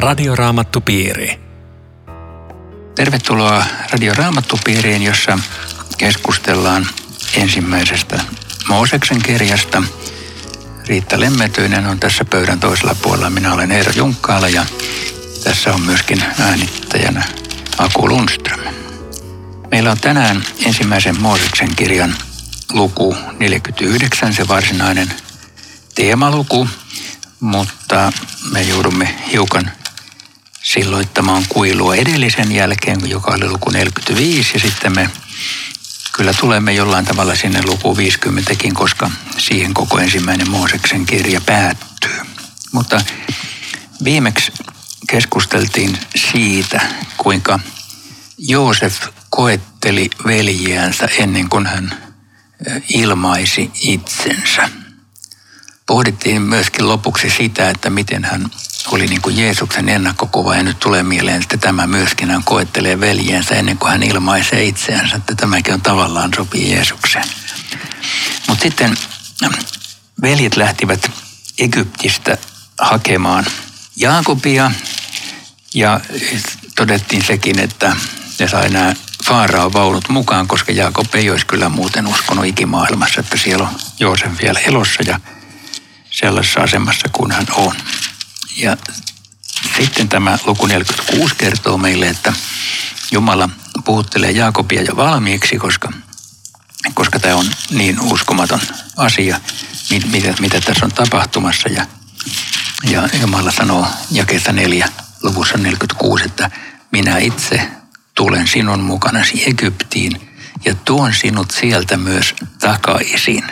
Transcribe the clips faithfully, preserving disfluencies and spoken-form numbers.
Radioraamattupiiri. Tervetuloa Radioraamattupiiriin, jossa keskustellaan ensimmäisestä Mooseksen kirjasta. Riitta Lemmetyinen on tässä pöydän toisella puolella. Minä olen Eero Junkkaala ja tässä on myöskin äänittäjänä Aku Lundström. Meillä on tänään ensimmäisen Mooseksen kirjan luku neljäkymmentäyhdeksän, se varsinainen teemaluku, mutta me joudumme hiukan silloittamaan kuilua edellisen jälkeen, joka oli luku neljäkymmentäviisi, ja sitten me kyllä tulemme jollain tavalla sinne lukuun viisikymmentäkin, koska siihen koko ensimmäinen Mooseksen kirja päättyy. Mutta viimeksi keskusteltiin siitä, kuinka Joosef koetteli veljiänsä ennen kuin hän ilmaisi itsensä. Pohdittiin myöskin lopuksi sitä, että miten hän oli niin kuin Jeesuksen ennakkokuva, ja nyt tulee mieleen, että tämä myöskin hän koettelee veljeensä ennen kuin hän ilmaisee itseänsä, että tämäkin on tavallaan sopii Jeesukseen. Mutta sitten veljet lähtivät Egyptistä hakemaan Jaakobia, ja todettiin sekin, että ne sai nämä Faaraon vaunut mukaan, koska Jaakob ei olisi kyllä muuten uskonut ikimaailmassa, että siellä on Joosef vielä elossa ja sellaisessa asemassa kuin hän on. Ja sitten tämä luku neljäkymmentäkuusi kertoo meille, että Jumala puhuttelee Jaakobia jo valmiiksi, koska, koska tämä on niin uskomaton asia, mitä, mitä tässä on tapahtumassa. Ja, ja Jumala sanoo jakeessa neljä, luvussa neljäkymmentäkuusi, että minä itse tulen sinun mukanasi Egyptiin ja tuon sinut sieltä myös takaisin.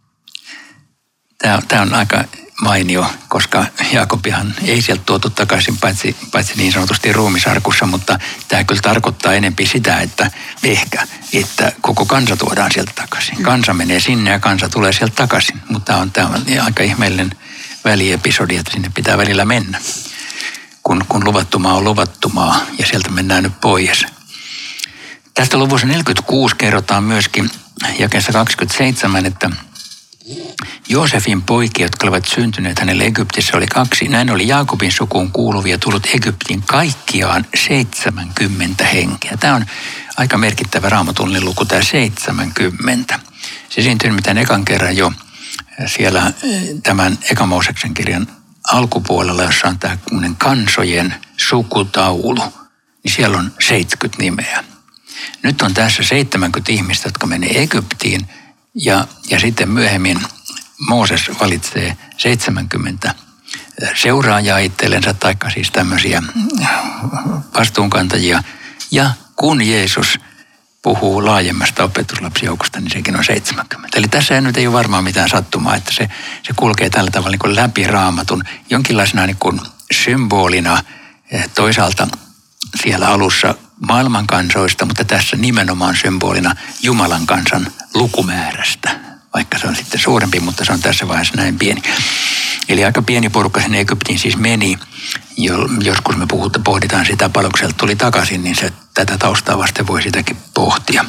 Tämä on, tämä on aika mainio, koska Jaakobihan ei sieltä tuotu takaisin, paitsi, paitsi niin sanotusti ruumisarkussa, mutta tämä kyllä tarkoittaa enempi sitä, että ehkä, että koko kansa tuodaan sieltä takaisin. Kansa menee sinne ja kansa tulee sieltä takaisin, mutta tämä on, tämä on aika ihmeellinen väliepisodi, että sinne pitää välillä mennä, kun, kun luvattumaa on luvattumaa ja sieltä mennään nyt pois. Tästä luvussa neljäkymmentäkuusi kerrotaan myöskin jakeessa kaksikymmentäseitsemän, että Joosefin poikia, jotka olivat syntyneet hänelle Egyptissä, oli kaksi. Näin oli Jaakobin sukuun kuuluvia tullut Egyptiin kaikkiaan seitsemänkymmentä henkeä. Tämä on aika merkittävä raamatullinen luku, tämä seitsemänkymmentä. Se esiintyy mitään ekan kerran jo siellä tämän ekan Mooseksen kirjan alkupuolella, jossa on tämä kansojen sukutaulu, niin siellä on seitsemänkymmentä nimeä. Nyt on tässä seitsemänkymmentä ihmistä, jotka menee Egyptiin, ja, ja sitten myöhemmin Mooses valitsee seitsemänkymmentä seuraajaa itsellensä, taikka siis tämmöisiä vastuunkantajia. Ja kun Jeesus puhuu laajemmasta opetuslapsijoukosta, niin sekin on seitsemänkymmentä. Eli tässä ei nyt ei ole varmaan mitään sattumaa, että se, se kulkee tällä tavalla niin kuin läpi Raamatun jonkinlaisena niin kuin symbolina toisaalta siellä alussa maailman kansoista, mutta tässä nimenomaan symbolina Jumalan kansan lukumäärästä, vaikka se on sitten suurempi, mutta se on tässä vaiheessa näin pieni. Eli aika pieni porukka sinne Egyptiin siis meni. Joskus me puhutaan, pohditaan sitä, paljonko sieltä tuli takaisin, niin se, tätä taustaa vasten voi sitäkin pohtia.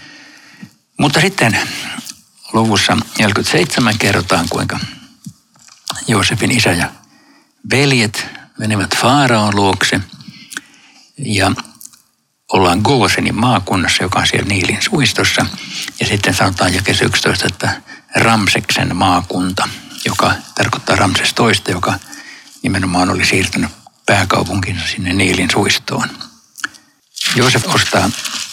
Mutta sitten luvussa neljäkymmentäseitsemän kerrotaan, kuinka Joosefin isä ja veljet menevät Faaraon luokse ja ollaan Goosenin maakunnassa, joka on siellä Niilin suistossa. Ja sitten sanotaan jakeessa yksitoista, että Ramseksen maakunta, joka tarkoittaa Ramses toista, joka nimenomaan oli siirtynyt pääkaupunkinsa sinne Niilin suistoon. Joosef ostaa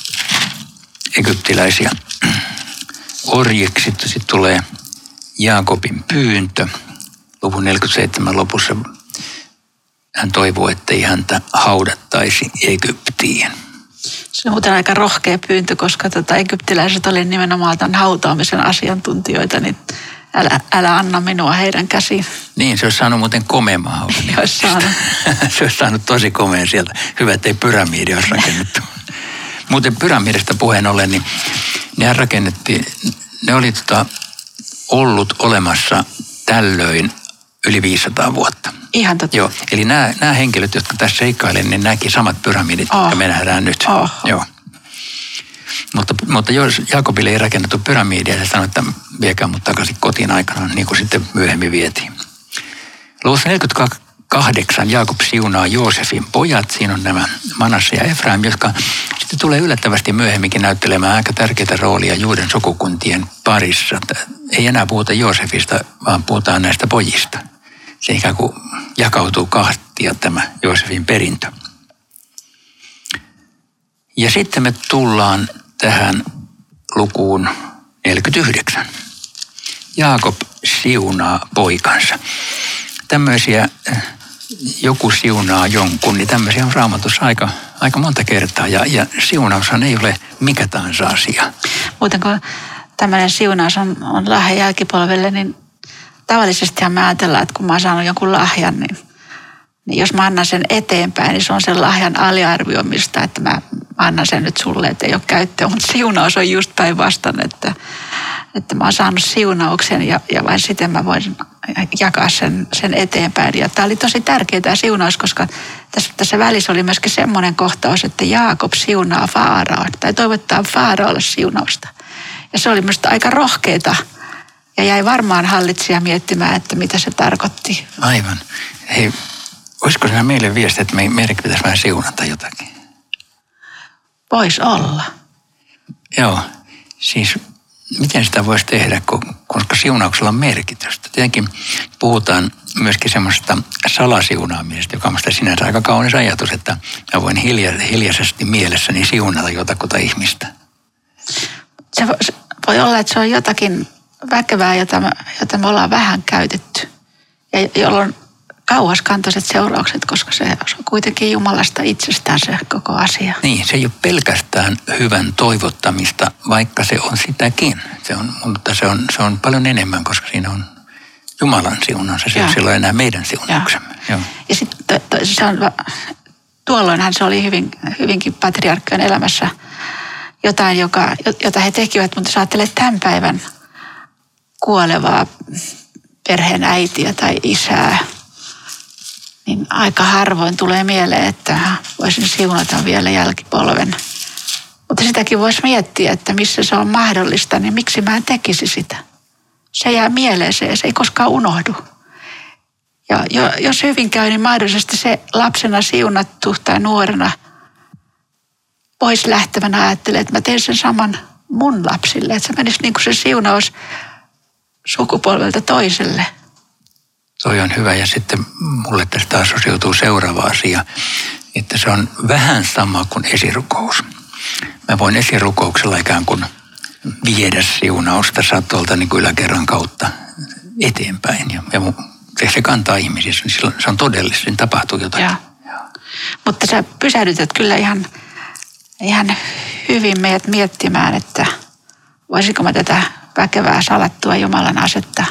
egyptiläisiä orjiksi. Sitten tulee Jaakobin pyyntö. Luvun neljäkymmentäseitsemän lopussa hän toivoo, ettei häntä haudattaisi Egyptiin. Se on muuten aika rohkea pyyntö, koska tota, egyptiläiset oli nimenomaan tämän hautaamisen asiantuntijoita, niin älä, älä anna minua heidän käsiin. Niin, se olisi saanut muuten komeamaan haudan. Se olisi saanut. Se olisi saanut tosi komea sieltä. Hyvä, ettei pyramiidi olisi rakennettu. Muuten pyramidista puheen ollen, niin nehän rakennettiin, ne oli tota, ollut olemassa tällöin yli viisisataa vuotta. Ihan totta. Joo, eli nämä, nämä henkilöt, jotka tässä seikkailevat, niin näki samat pyramidit, oh. jotka me nähdään nyt. Oh. Joo. Mutta, mutta jos Jaakobille ei rakennettu pyramidia, se sanoi, että viekää mut takaisin kotiin aikanaan, niin kuin sitten myöhemmin vietiin. Luvussa neljäkymmentäkaksi kahdeksan Jaakob siunaa Joosefin pojat. Siinä on nämä Manasse ja Efraim, jotka sitten tulee yllättävästi myöhemminkin näyttelemään aika tärkeitä roolia Juuden sukukuntien parissa. Ei enää puhuta Joosefista, vaan puhutaan näistä pojista. Se ikään kuin jakautuu kahtia tämä Joosefin perintö. Ja sitten me tullaan tähän lukuun neljäkymmentäyhdeksän. Jaakob siunaa poikansa. Tämmöisiä, joku siunaa jonkun, niin tämmöisiä on Raamatussa aika, aika monta kertaa. Ja, ja siunaushan ei ole mikä tahansa asia. Muuten kun tämmöinen siunaus on, on lahja jälkipolvelle, niin tavallisestihan me ajatellaan, että kun mä oon saanut jonkun lahjan, niin, niin jos mä annan sen eteenpäin, niin se on sen lahjan aliarvioimista, että mä, mä annan sen nyt sulle, että ei ole käyttöä. Mutta siunaus on just päinvastoin, että, että mä oon saanut siunauksen ja, ja vain siten mä voin jakaa sen, sen eteenpäin. Ja tämä oli tosi tärkeä tämä siunaus, koska tässä, tässä välissä oli myöskin semmoinen kohtaus, että Jaakob siunaa Faaraon tai toivottaa Faaraolle siunausta. Ja se oli minusta aika rohkeata. Ja jäi varmaan hallitsija miettimään, että mitä se tarkoitti. Aivan. Hei, olisiko sinä meille viesti, että meidän pitäisi vähän siunata jotakin? Voisi olla. Joo, siis miten sitä voisi tehdä, koska siunauksella on merkitystä. Tietenkin puhutaan myöskin semmoista salasiunaamisesta, joka on minusta sinänsä aika kaunis ajatus, että mä voin hilja, hiljaisesti mielessäni siunata jotakuta ihmista. Se voi, se voi olla, että se on jotakin väkevää, jota me, jota me ollaan vähän käytetty ja jolloin kauaskantoiset seuraukset, koska se on kuitenkin Jumalasta itsestään se koko asia. Niin, se ei ole pelkästään hyvän toivottamista, vaikka se on sitäkin. Se on, mutta se on, se on paljon enemmän, koska siinä on Jumalan siunaus ja se on silloin enää meidän siunauksemme. Ja, ja sitten se on, tuolloinhan se oli hyvin, hyvinkin patriarkkojen elämässä jotain, joka, jota he tekivät, mutta jos ajattelee tämän päivän kuolevaa perheen äitiä tai isää, niin aika harvoin tulee mieleen, että voisin siunata vielä jälkipolven. Mutta sitäkin voisi miettiä, että missä se on mahdollista, niin miksi mä en tekisi sitä. Se jää mieleeseen, se ei koskaan unohdu. Ja jos hyvin käy, niin mahdollisesti se lapsena siunattu tai nuorena pois lähtevänä ajattelee, että mä teen sen saman mun lapsille. Että se menisi niin kuin se siunaus sukupolvelta toiselle. Toi on hyvä ja sitten mulle tästä assosioituu seuraava asia, että se on vähän sama kuin esirukous. Mä voin esirukouksella ikään kuin viedä siunausta satolta niin kuin yläkerran kautta eteenpäin. Ja, ja se kantaa ihmisissä, niin silloin se on todellista, niin tapahtuu jotakin. Ja. Mutta sä pysähdytät kyllä ihan, ihan hyvin meidät miettimään, että voisiko mä tätä väkevää salattua Jumalan asetta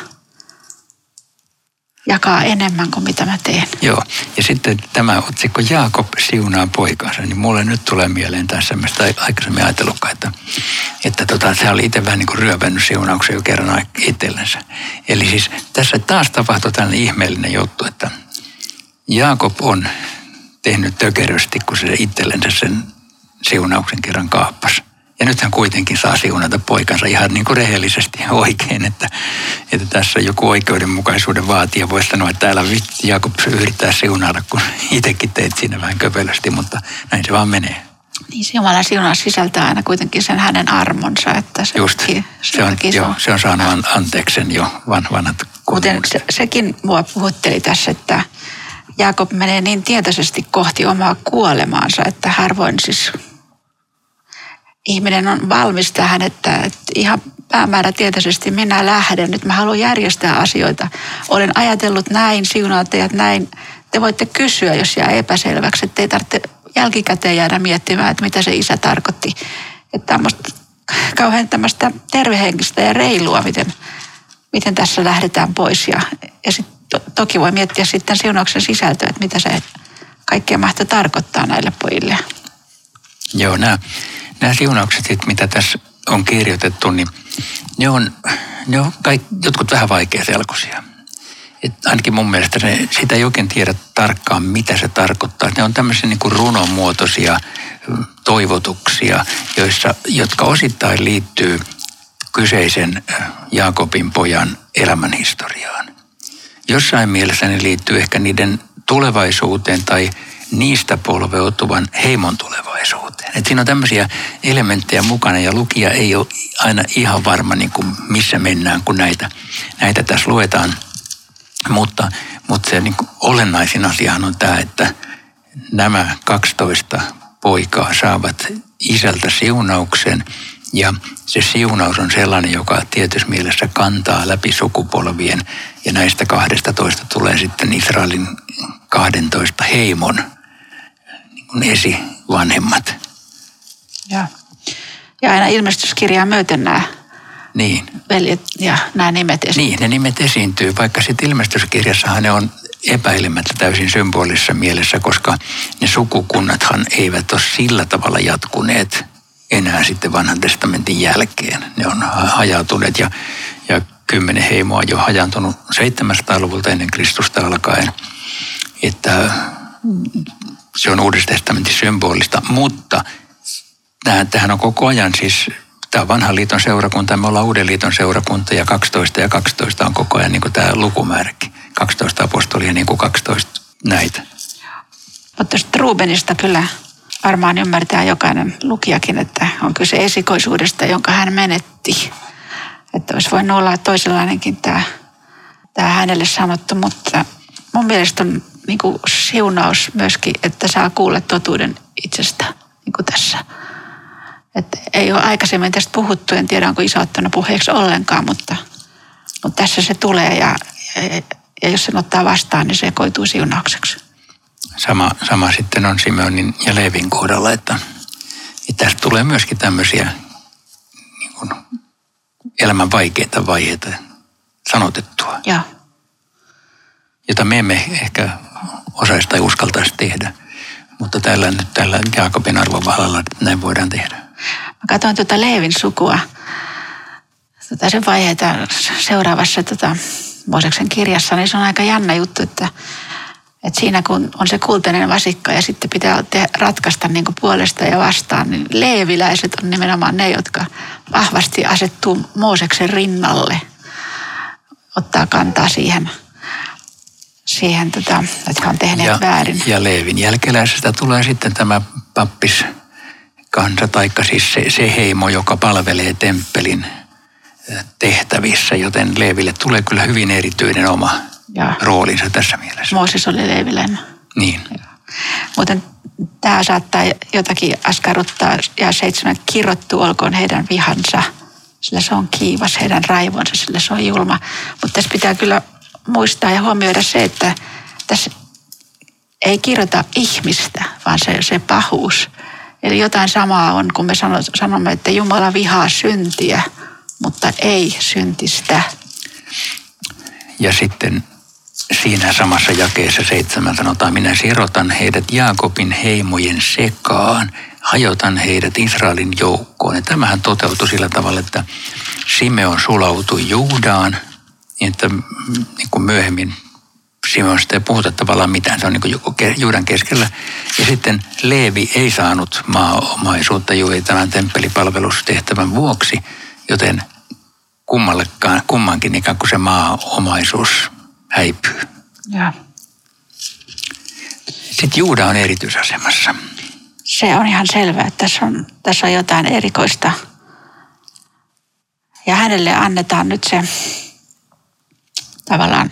jakaa enemmän kuin mitä mä teen. Joo, ja sitten tämä otsikko Jaakob siunaa poikansa, niin mulle nyt tulee mieleen taas semmoista aikaisemmin ajatellutkaan, että, että tota, se oli itse vähän niin kuin ryöpännyt siunauksen jo kerran itsellensä. Eli siis tässä taas tapahtui tällainen ihmeellinen juttu, että Jaakob on tehnyt tökerösti, kun se itsellensä sen siunauksen kerran kaappasi. Ja nyt hän kuitenkin saa siunata poikansa ihan niin kuin rehellisesti ja oikein, että, että tässä joku oikeudenmukaisuuden vaatija voisi sanoa, että älä vitsi Jaakob yrittää siunailla, kun itsekin teet siinä vähän köpelösti, mutta näin se vaan menee. Niin se Jumalan siunaus sisältää aina kuitenkin sen hänen armonsa, että se, just, teki, se, se, on, joo, se on saanut anteeksi sen jo van, vanhat kuumuudet. Se, sekin mua puhutteli tässä, että Jaakob menee niin tietoisesti kohti omaa kuolemaansa, että harvoin siis ihminen on valmis tähän, että, että ihan päämäärä tietoisesti minä lähden. Nyt mä haluan järjestää asioita. Olen ajatellut näin, siunaa teidät näin. Te voitte kysyä, jos jää epäselväksi, että ei tarvitse jälkikäteen jäädä miettimään, että mitä se isä tarkoitti. Että tämmöistä kauhean tämmöistä tervehenkistä ja reilua, miten, miten tässä lähdetään pois. Ja, ja sit to, toki voi miettiä sitten siunauksen sisältöä, että mitä se kaikkea mahtoi tarkoittaa näille pojille. Joo, nämä, nämä siunaukset, mitä tässä on kirjoitettu, niin ne on, ne on kaikki, jotkut vähän vaikeaselkoisia. Et ainakin mun mielestä se, sitä ei oikein tiedä tarkkaan, mitä se tarkoittaa. Ne on tämmöisiä niin kuin runomuotoisia toivotuksia, joissa, jotka osittain liittyy kyseisen Jaakobin pojan elämänhistoriaan. Jossain mielessä ne liittyy ehkä niiden tulevaisuuteen tai niistä polveutuvan heimon tulevaisuuteen. Et siinä on tämmöisiä elementtejä mukana ja lukija ei ole aina ihan varma, niin kuin missä mennään, kun näitä, näitä tässä luetaan. Mutta, mutta se niin kuin olennaisin asiahan on tämä, että nämä kaksitoista poikaa saavat isältä siunauksen ja se siunaus on sellainen, joka tietyssä mielessä kantaa läpi sukupolvien ja näistä kahdestatoista tulee sitten Israelin kahdentoista heimon niin kuin esivanhemmat. Ja, ja aina ilmestyskirjaa myöten nämä niin. veljet ja nämä nimet esiintyy. Niin, ne nimet esiintyy, vaikka sitten ilmestyskirjassahan ne on epäilemättä täysin symbolisessa mielessä, koska ne sukukunnathan eivät ole sillä tavalla jatkuneet enää sitten vanhan testamentin jälkeen. Ne on hajautuneet ja, ja kymmenen heimoa jo hajantunut seitsemänsataa-luvulta ennen Kristusta alkaen. Että se on Uudessa testamentin symbolista, mutta tämähän on koko ajan siis, tämä on vanhan liiton seurakunta, me ollaan Uuden liiton seurakunta ja kaksitoista ja kaksitoista on koko ajan niin kuin tämä lukumääräkin. kaksitoista apostolia niin kuin kaksitoista näitä. Mutta tuosta Rubenista kyllä varmaan ymmärtää jokainen lukijakin, että on kyse esikoisuudesta, jonka hän menetti. Että olisi voinut olla toisenlainenkin tämä, tämä hänelle sanottu, mutta mun mielestä on niin kuin siunaus myöskin, että saa kuulla totuuden itsestä niin kuin tässä. Että ei ole aikaisemmin tästä puhuttu, en tiedä onko isä ottanut puheeksi ollenkaan, mutta, mutta tässä se tulee ja, ja, ja jos sen ottaa vastaan, niin se koituu siunaukseksi. Sama, sama sitten on Simeonin ja Leevin kohdalla, että, että tästä tulee myöskin tämmöisiä niin kuin elämän vaikeita vaiheita sanotettua, ja. jota me emme ehkä osaisi tai uskaltaisi tehdä. Mutta tällä nyt tällä Jaakobin arvovallalla näin voidaan tehdä. Mä katsoin tuota Leevin sukua, tuota sen vaiheita seuraavassa tuota Mooseksen kirjassa, niin se on aika jännä juttu, että Että siinä kun on se kultainen vasikka ja sitten pitää ratkaista niin kuin puolesta ja vastaan, niin leeviläiset on nimenomaan ne, jotka vahvasti asettuu Mooseksen rinnalle, ottaa kantaa siihen, siihen tota, jotka on tehneet ja, väärin. Ja Leevin jälkeläisestä tulee sitten tämä pappiskansa, taikka siis se, se heimo, joka palvelee temppelin tehtävissä, joten Leeville tulee kyllä hyvin erityinen oma ja roolinsa tässä mielessä. Mooses oli leeviläinen. Niin. Muuten tämä saattaa jotakin askarruttaa ja seitsemän kirottu olkoon heidän vihansa, sillä se on kiivas, heidän raivonsa, sillä se on julma. Mutta tässä pitää kyllä muistaa ja huomioida se, että tässä ei kirjoita ihmistä, vaan se, se pahuus. Eli jotain samaa on, kun me sanomme, että Jumala vihaa syntiä, mutta ei syntistä. Ja sitten siinä samassa jakeessa seitsemän sanotaan, minä sirotan heidät Jaakobin heimojen sekaan, hajotan heidät Israelin joukkoon. Ja tämähän toteutui sillä tavalla, että Simeon sulautui Juudaan, niin että niin kuin myöhemmin Simeonista ei puhuta tavallaan mitään, se on niin kuin Juudan keskellä. Ja sitten Leevi ei saanut maaomaisuutta juuri tämän temppelipalvelustehtävän vuoksi, joten kummallekaan, kummankin ikään kuin se maaomaisuus häipyy. Ja. Sitten Juuda on erityisasemassa. Se on ihan selvää, että tässä on, tässä on jotain erikoista. Ja hänelle annetaan nyt se tavallaan,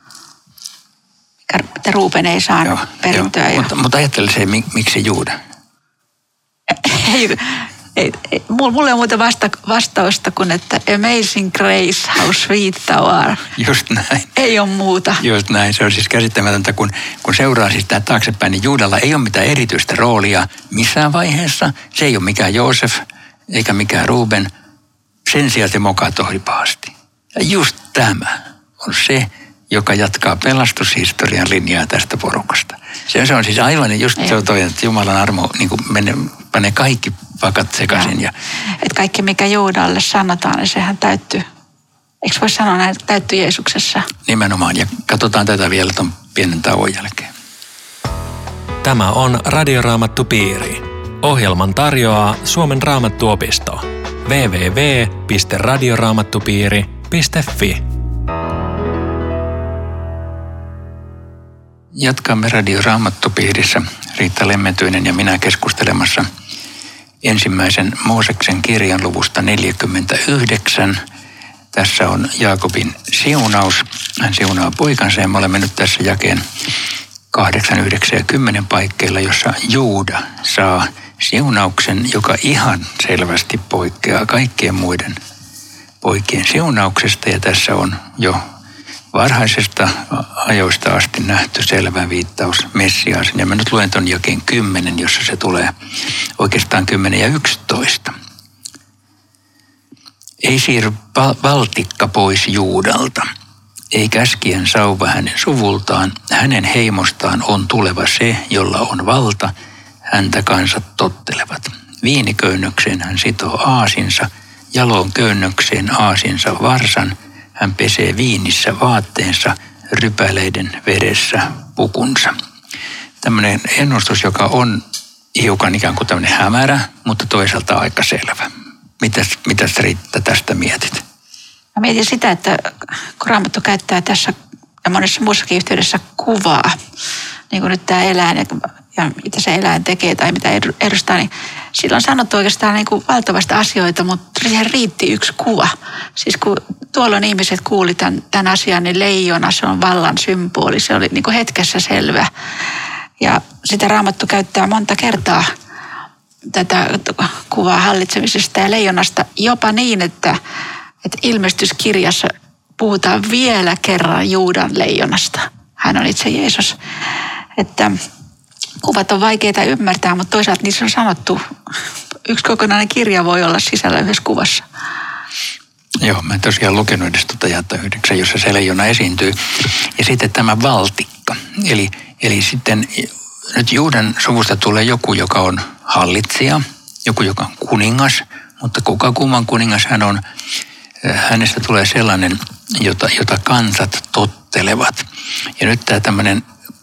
että Ruuben ei saanut joo, perintöä. Joo. Ja... Mutta, mutta ajattele se, miksi Juuda? ei, ei, ei. Mulle on muuta vasta, vastausta kuin, että amazing grace, how sweet thou are. Just näin. Ei ole muuta. Just näin. Se on siis käsittämätöntä, kun, kun seuraa siis tämä taaksepäin, niin Juudalla ei ole mitään erityistä roolia missään vaiheessa. Se ei ole mikään Joosef eikä mikään Ruben. Sen sijaan se mokaa tosi pahasti. Ja just tämä on se, joka jatkaa pelastushistorian linjaa tästä porukasta. Se, se on siis aivan just se on toi, että Jumalan armo niin kuin menee, panee kaikki pakat sekaisin. Ja... Että kaikki mikä Juudalle sanotaan, niin sehän täyttyy. Eikö voi sanoa näin, että täyttyy Jeesuksessa? Nimenomaan. Ja katsotaan tätä vielä ton pienen tauon jälkeen. Tämä on Radioraamattupiiri. Ohjelman tarjoaa Suomen Raamattuopisto. double-u double-u double-u piste radioraamattupiiri piste fi Jatkamme Radio Raamattupiirissä Riitta Lemmetyinen ja minä keskustelemassa ensimmäisen Mooseksen kirjan luvusta neljäkymmentäyhdeksän. Tässä on Jaakobin siunaus. Hän siunaa poikansa ja me olemme nyt tässä jakeen kahdeksan, yhdeksän ja kymmenen paikkeilla, jossa Juuda saa siunauksen, joka ihan selvästi poikkeaa kaikkien muiden poikien siunauksesta. Ja tässä on jo varhaisesta ajoista asti nähty selvä viittaus Messiaasin. Ja mä nyt luen ton jakeen kymmenen, jossa se tulee oikeastaan kymmenen ja yksitoista. Ei siirry valtikka pois Juudalta, ei käskien sauva hänen suvultaan. Hänen heimostaan on tuleva se, jolla on valta, häntä kansat tottelevat. Viiniköynnökseen hän sitoo aasinsa, jaloon köynnökseen aasinsa varsan. Hän pesee viinissä vaatteensa, rypäleiden vedessä pukunsa. Tämmöinen ennustus, joka on hiukan ikään kuin tämmöinen hämärä, mutta toisaalta aika selvä. Mitäs, mitäs Riitta tästä mietit? Mä mietin sitä, että kun Raamattu käyttää tässä ja monessa muussakin yhteydessä kuvaa, niin kuin nyt tämä eläin ja, ja mitä se eläin tekee tai mitä edustaa, niin sillä on sanottu oikeastaan niin kuin valtavasti asioita, mutta siihen riitti yksi kuva. Siis kun tuolloin ihmiset kuuli tämän, tämän asian, niin leijona, se on vallan symboli, se oli niin kuin hetkessä selvä. Ja sitä Raamattu käyttää monta kertaa tätä kuvaa hallitsemisesta ja leijonasta jopa niin, että, että ilmestyskirjassa puhutaan vielä kerran Juudan leijonasta. Hän on itse Jeesus. Että kuvat on vaikeita ymmärtää, mutta toisaalta niissä on sanottu, yksi kokonainen kirja voi olla sisällä yhdessä kuvassa. Joo, mä en tosiaan lukenut edes tuota jaetta yhdeksän, jossa se leijona esiintyy. Ja sitten tämä valtikka. Eli, eli sitten nyt Juudan suvusta tulee joku, joka on hallitsija, joku, joka on kuningas, mutta kuka kumman kuningas hän on, hänestä tulee sellainen, jota, jota kansat tottelevat. Ja nyt tämä tämmöinen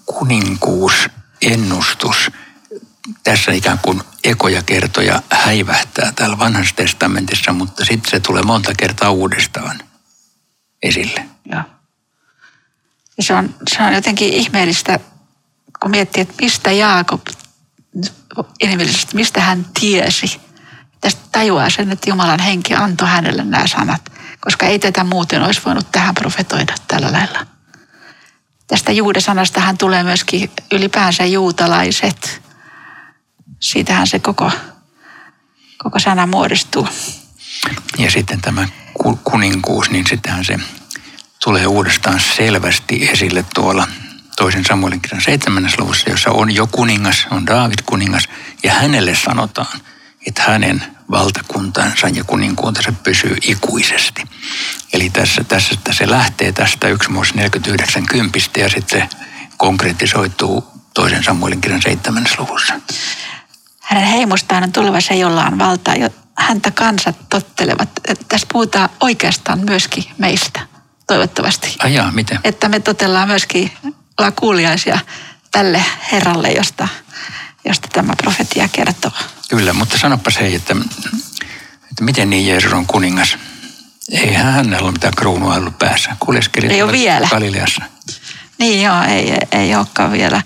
kuninkuusennustus, tässä ikään kuin ekoja kertoja häivähtää täällä Vanhassa testamentissa, mutta sitten se tulee monta kertaa uudestaan esille. Joo. Ja se on, se on jotenkin ihmeellistä, kun miettii, että mistä Jaakob, inhimillisesti, mistä hän tiesi. Tästä tajuaa sen, että Jumalan henki antoi hänelle nämä sanat, koska ei tätä muuten olisi voinut tähän profetoida tällä lailla. Tästä Juuda-sanastahan tulee myöskin ylipäänsä juutalaiset. Siitähän se koko, koko sana muodostuu. Ja sitten tämä kuninkuus, niin sittenhän se tulee uudestaan selvästi esille tuolla toisen Samuelin kirjan seitsemännessä luvussa, jossa on jo kuningas, on Daavid kuningas, ja hänelle sanotaan, että hänen valtakuntansa ja kuninkuuntansa pysyy ikuisesti. Eli tässä, tässä se lähtee tästä yksi Mooses neljäkymmentäyhdeksän kympistä ja sitten konkretisoituu toisen Samuelin kirjan seitsemännessä luvussa. Hänen heimostaan on tuleva se, jolla on valtaa, häntä kansat tottelevat. Tässä puhutaan oikeastaan myöskin meistä, toivottavasti. Ai jaa, miten? Että me totellaan myöskin, ollaan kuuliaisia tälle Herralle, josta, josta tämä profetia kertoo. Kyllä, mutta sanopas hei, että, että miten niin Jeesus on kuningas? Eihän hänellä ole mitään kruunua ollut päässä. Kuljeskeli ei ole vielä. Galileassa. Niin joo, ei, ei, ei olekaan vielä.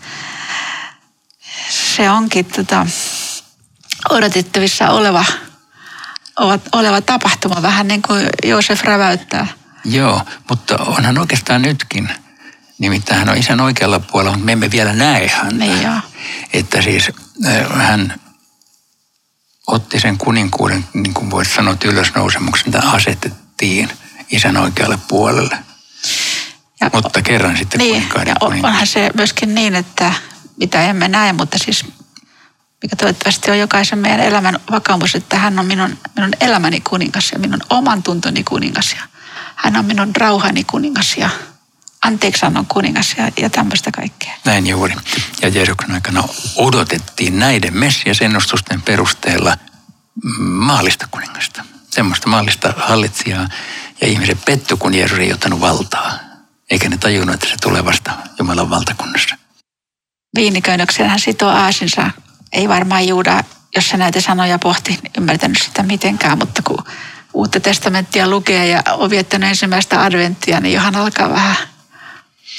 Se onkin tota, odotettavissa oleva, oleva tapahtuma, vähän niin kuin Joosef räväyttää. Joo, mutta onhan oikeastaan nytkin. Nimittäin hän on isän oikealla puolella, mutta me emme vielä näe häntä. Niin joo. Että siis äh, hän otti sen kuninkuuden, niin kuin voit sanoa, ylösnousemuksen, että asetettiin isän oikealle puolelle. Ja, mutta kerran sitten niin, kuninkaiden kuningas. Onhan se myöskin niin, että mitä emme näe, mutta siis mikä toivottavasti on jokaisen meidän elämän vakaumus, että hän on minun, minun elämäni kuningas ja minun oman tuntoni kuningas ja hän on minun rauhani kuningas ja anteeksiannon kuningas ja, ja tämmöistä kaikkea. Näin juuri. Ja Jeesuksen aikana odotettiin näiden messiasennustusten perusteella maallista kuningasta. Semmoista maallista hallitsijaa ja ihmiset petty, kun Jeesus ei ottanut valtaa. Eikä ne tajunnut, että se tulee vasta Jumalan valtakunnassa. Viiniköynnöksen hän sitoo aasinsa. Ei varmaan Juuda, jos sä näitä sanoja pohti, ymmärtänyt sitä mitenkään, mutta kun Uutta testamenttia lukee ja on viettänyt ensimmäistä adventtia, niin johan alkaa vähän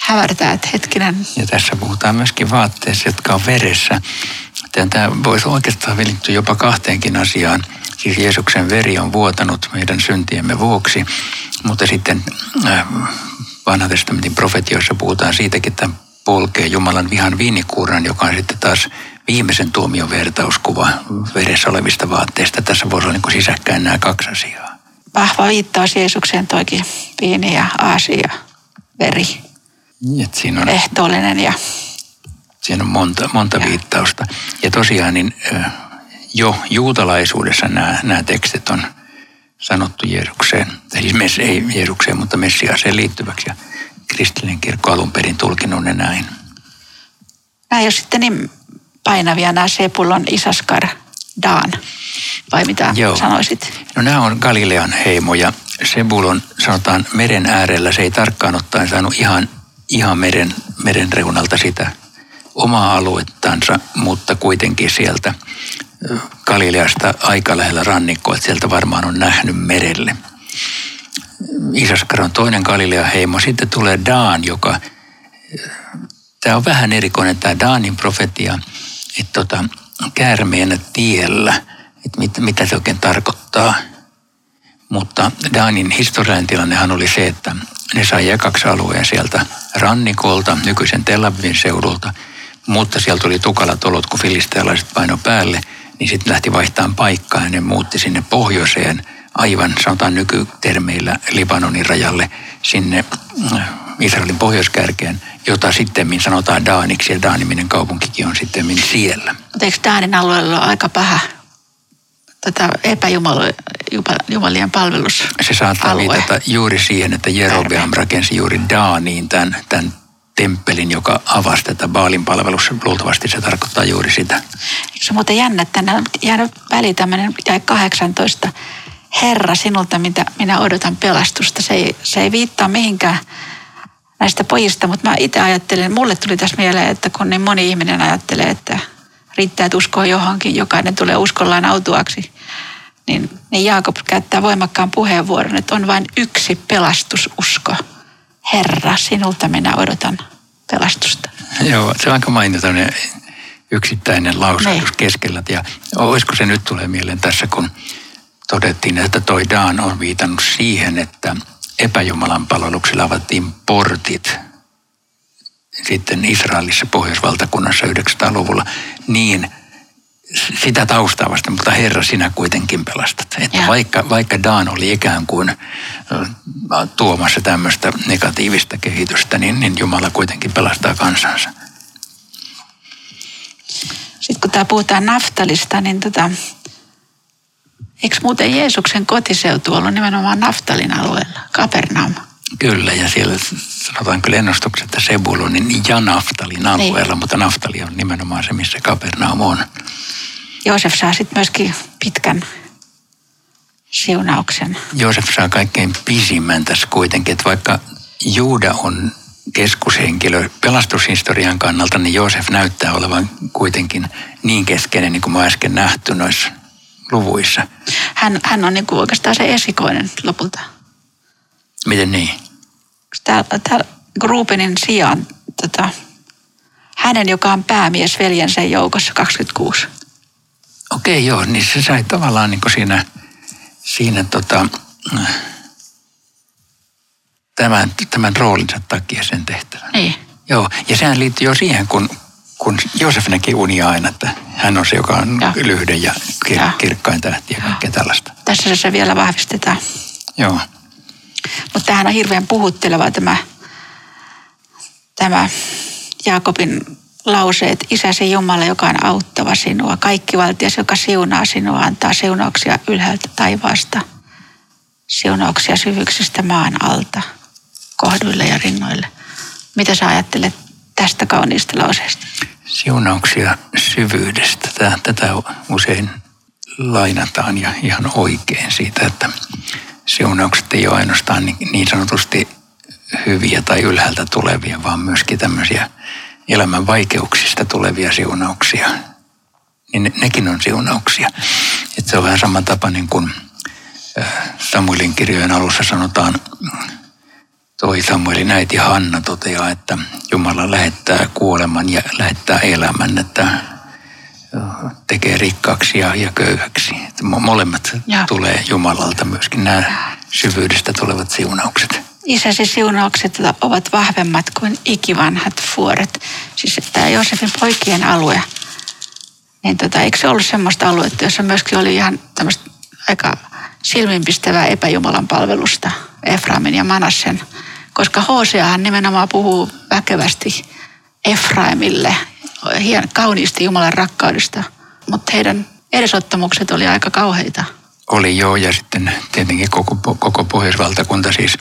hämärtää, että hetkinen. Ja tässä puhutaan myöskin vaatteissa, jotka on veressä. Tämä voisi oikeastaan velittyä jopa kahteenkin asiaan. Siis Jeesuksen veri on vuotanut meidän syntiemme vuoksi, mutta sitten Vanhan testamentin profetioissa puhutaan siitäkin, että polkee Jumalan vihan viinikuuran, joka on sitten taas viimeisen tuomion vertauskuva veressä olevista vaatteista. Tässä voisi olla niin kuin sisäkkäin nämä kaksi asiaa. Vahva viittaus Jeesukseen toikin viini ja aasi ja veri. Et siinä on, ehtoollinen ja... Siinä on monta, monta ja. viittausta. Ja tosiaan niin jo juutalaisuudessa nämä, nämä tekstit on sanottu Jeesukseen, tai siis ei Jeesukseen, mutta Messiaaseen liittyväksi. Ja kristillinen kirkko alun perin tulkinnut ne näin. Nämä ei ole sitten niin painavia, nämä Sebulon, Isaskar, Dan, vai mitä Joo. sanoisit? No nämä on Galilean heimoja. Sebulon sanotaan meren äärellä, se ei tarkkaan ottaen saanut ihan, ihan meren, meren reunalta sitä omaa aluettansa, mutta kuitenkin sieltä Galileasta aika lähellä rannikkoa, että sieltä varmaan on nähnyt merelle. Isaskar on toinen Galilean heimo. Sitten tulee Dan, joka, tämä on vähän erikoinen tämä Danin profetia, että tota, käärmeenä tiellä, että mit, mitä se oikein tarkoittaa. Mutta Danin historiallinen tilannehan oli se, että ne sai jakaksi alueen sieltä rannikolta, nykyisen Tel Avivin seudulta, mutta sieltä tuli tukalat olot, kun filistealaiset paino päälle, niin sitten lähti vaihtamaan paikkaa ja ne muutti sinne pohjoiseen, aivan sanotaan nykytermeillä Libanonin rajalle, sinne Israelin pohjoiskärkeen, jota sittemmin sanotaan Daaniksi, ja Daaniminen kaupunkikin on sittemmin siellä. Mutta eikö Daanin alueella ole aika paha tätä epäjumalien palvelus? Se saattaa viitata juuri siihen, että Jerobeam rakensi juuri Daaniin tämän, tämän temppelin, joka avasi tätä Baalin palvelussa. Luultavasti se tarkoittaa juuri sitä. Eikö se muuten jännä, että tänne on jäänyt väliin tämmöinen jäi kahdeksantoista. Herra, sinulta mitä minä odotan pelastusta. Se ei, se ei viittaa mihinkään näistä pojista, mutta mä itse ajattelen, mulle tuli tässä mieleen, että kun niin moni ihminen ajattelee, että riittää, että uskoo johonkin, jokainen tulee uskollaan autuaksi, niin, niin Jaakob käyttää voimakkaan puheenvuoron, että on vain yksi pelastususko. Herra, sinulta minä odotan pelastusta. Joo, se on aika mainitainen yksittäinen lausahdus keskellä. Ja olisiko se nyt tulee mieleen tässä, kun todettiin, että toi Dan on viitannut siihen, että epäjumalan palveluksella avattiin portit sitten Israelissa pohjoisvaltakunnassa yhdeksänsataa-luvulla, niin sitä taustaa vasta, mutta Herra, sinä kuitenkin pelastat. Että vaikka, vaikka Dan oli ikään kuin tuomassa tämmöistä negatiivista kehitystä, niin, niin Jumala kuitenkin pelastaa kansansa. Sitten kun tää puhutaan Naftalista, niin tota, eikö muuten Jeesuksen kotiseutu ollut nimenomaan Naftalin alueella, Kapernaum? Kyllä, ja siellä sanotaan kyllä ennustukset, että Sebulonin ja Naftalin alueella, niin. Mutta Naftali on nimenomaan se, missä Kapernaum on. Joosef saa sitten myöskin pitkän siunauksen. Joosef saa kaikkein pisimmän tässä kuitenkin, että vaikka Juuda on keskushenkilö pelastushistorian kannalta, niin Joosef näyttää olevan kuitenkin niin keskeinen, niin kuin mä äsken nähty noissa luvuissa. Hän, hän on niin kuin oikeastaan se esikoinen lopulta. Miten niin? Täällä Ruubenin sijaan tota, hänen, joka on päämies veljensä joukossa kaksikymmentäkuusi. Okei, joo, niin se sai tavallaan niin kuin siinä, siinä tota, tämän, tämän roolinsa takia sen tehtävän. Niin. Joo, ja sehän liittyy jo siihen, kun, kun Joosef näki unia aina, että hän on se, joka on ja. lyhden ja, kir, ja kirkkain tähti ja kaikkea tällaista. Tässä se vielä vahvistetaan. Joo. Mutta tämähän on hirveän puhutteleva tämä, tämä Jaakobin lauseet, Isäsi Jumala, joka on auttava sinua, kaikkivaltias, joka siunaa sinua, antaa siunauksia ylhäältä taivaasta, siunauksia syvyyksistä maan alta, kohduille ja rinnoille. Mitä sä ajattelet tästä kauniista lauseesta? Siunauksia syvyydestä. Tätä usein lainataan ja ihan oikein siitä, että siunaukset ei ole ainoastaan niin sanotusti hyviä tai ylhäältä tulevia, vaan myöskin tämmöisiä elämän vaikeuksista tulevia siunauksia. Niin ne, nekin on siunauksia. Että se on vähän samantapainen kuin Samuelin kirjojen alussa sanotaan toi Samuelin äiti Hanna toteaa, että Jumala lähettää kuoleman ja lähettää elämän, että tekee rikkaaksi ja, ja köyhäksi. Että molemmat ja. tulee Jumalalta myöskin nämä syvyydestä tulevat siunaukset. Isäsi siunaukset ovat vahvemmat kuin ikivanhat vuoret. Siis tämä Joosefin poikien alue, niin tota, eikö se ollut semmoista aluetta, jossa myöskin oli ihan tämmöistä aika silmiinpistävää epäjumalan palvelusta Efraimin ja Manassen, koska Hoseahan nimenomaan puhuu väkevästi Efraimille, hien, kauniisti Jumalan rakkaudesta, mutta heidän edesottamukset oli aika kauheita. Oli joo, ja sitten tietenkin koko, koko Pohjoisvaltakunta siis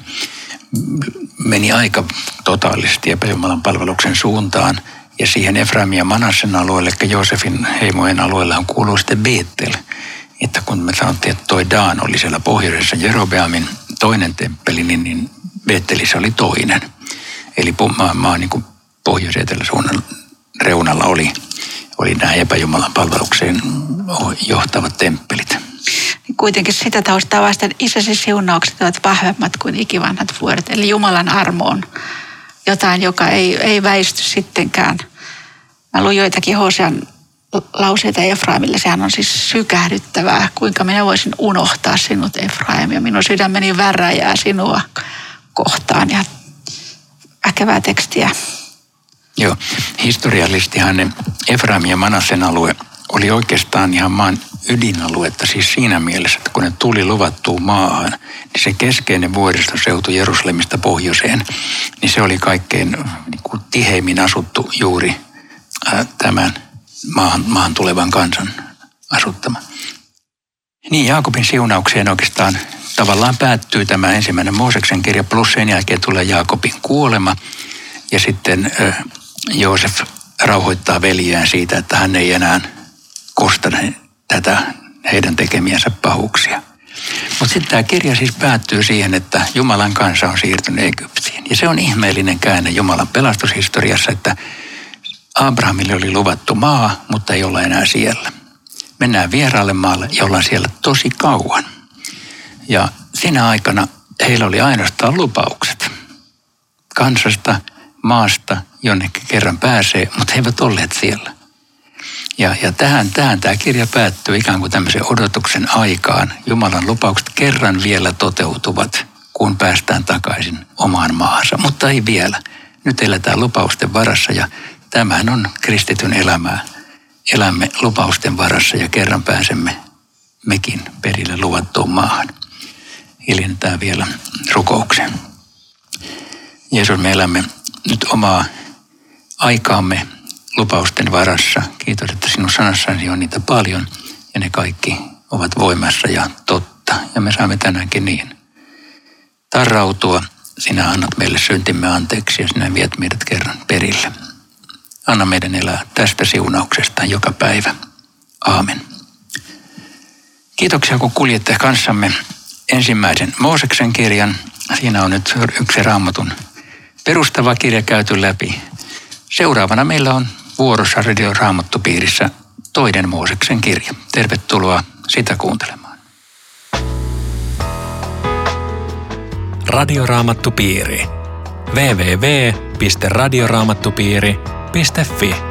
meni aika totaalisesti epäjumalan palveluksen suuntaan, ja siihen Efraimin ja Manassen alueelle, eli Joosefin heimojen alueella on kuuluu sitten Beetel. Että kun me sanottiin, että toi Daan oli siellä pohjoisessa Jerobeamin toinen temppeli, niin, niin Beetelissä oli toinen. Eli maan, maan niin kuin pohjois-eteläsuunnan reunalla oli, oli nämä epäjumalan palvelukseen johtavat temppelit. Kuitenkin sitä taustaa vasten isäsi siunaukset ovat vahvemmat kuin ikivanhat vuodet. Eli Jumalan armo on jotain, joka ei, ei väisty sittenkään. Mä luin joitakin Hosean lauseita Efraimille. Sehän on siis sykähdyttävää, kuinka minä voisin unohtaa sinut, Efraim, ja minun sydämeni väräjää sinua kohtaan. Ja väkevää tekstiä. Joo, historiallistihan ne Efraim ja Manassen alue oli oikeastaan ihan maan ydinaluetta, siis siinä mielessä, että kun ne tuli luvattuun maahan, niin se keskeinen vuoristoseutu Jerusalemista pohjoiseen, niin se oli kaikkein niin kuin tiheimmin asuttu juuri ää, tämän maahan, maahan tulevan kansan asuttama. Niin, Jaakobin siunaukseen oikeastaan tavallaan päättyy tämä ensimmäinen Mooseksen kirja, plus sen jälkeen tulee Jaakobin kuolema, ja sitten ää, Joosef rauhoittaa veljeään siitä, että hän ei enää kosta tätä heidän tekemiänsä pahuuksia. Mutta sitten tämä kirja siis päättyy siihen, että Jumalan kansa on siirtynyt Egyptiin. Ja se on ihmeellinen käänne Jumalan pelastushistoriassa, että Abrahamille oli luvattu maa, mutta ei olla enää siellä. Mennään vieraalle maalle ja ollaan siellä tosi kauan. Ja siinä aikana heillä oli ainoastaan lupaukset kansasta, maasta, jonnekin kerran pääsee, mutta he eivät olleet siellä. Ja, ja tähän, tähän tämä kirja päättyy ikään kuin tämmöisen odotuksen aikaan. Jumalan lupaukset kerran vielä toteutuvat, kun päästään takaisin omaan maahansa, mutta ei vielä. Nyt eletään lupausten varassa ja tämähän on kristityn elämää. Elämme lupausten varassa ja kerran pääsemme mekin perille luvattuun maahan. Hiljennetään vielä rukoukseen. Jeesus, me elämme nyt omaa aikaamme lupausten varassa. Kiitos, että sinun sanassasi on niitä paljon ja ne kaikki ovat voimassa ja totta. Ja me saamme tänäänkin niin tarrautua. Sinä annat meille syntimme anteeksi ja sinä viet meidät kerran perille. Anna meidän elää tästä siunauksesta joka päivä. Aamen. Kiitoksia, kun kuljette kanssamme ensimmäisen Mooseksen kirjan. Siinä on nyt yksi Raamatun perustava kirja käyty läpi. Seuraavana meillä on vuorossa Radio Raamattupiirissä toinen Mooseksen kirja. Tervetuloa sitä kuuntelemaan. Radio Raamattupiiri. double-u double-u double-u piste radioraamattupiiri piste fi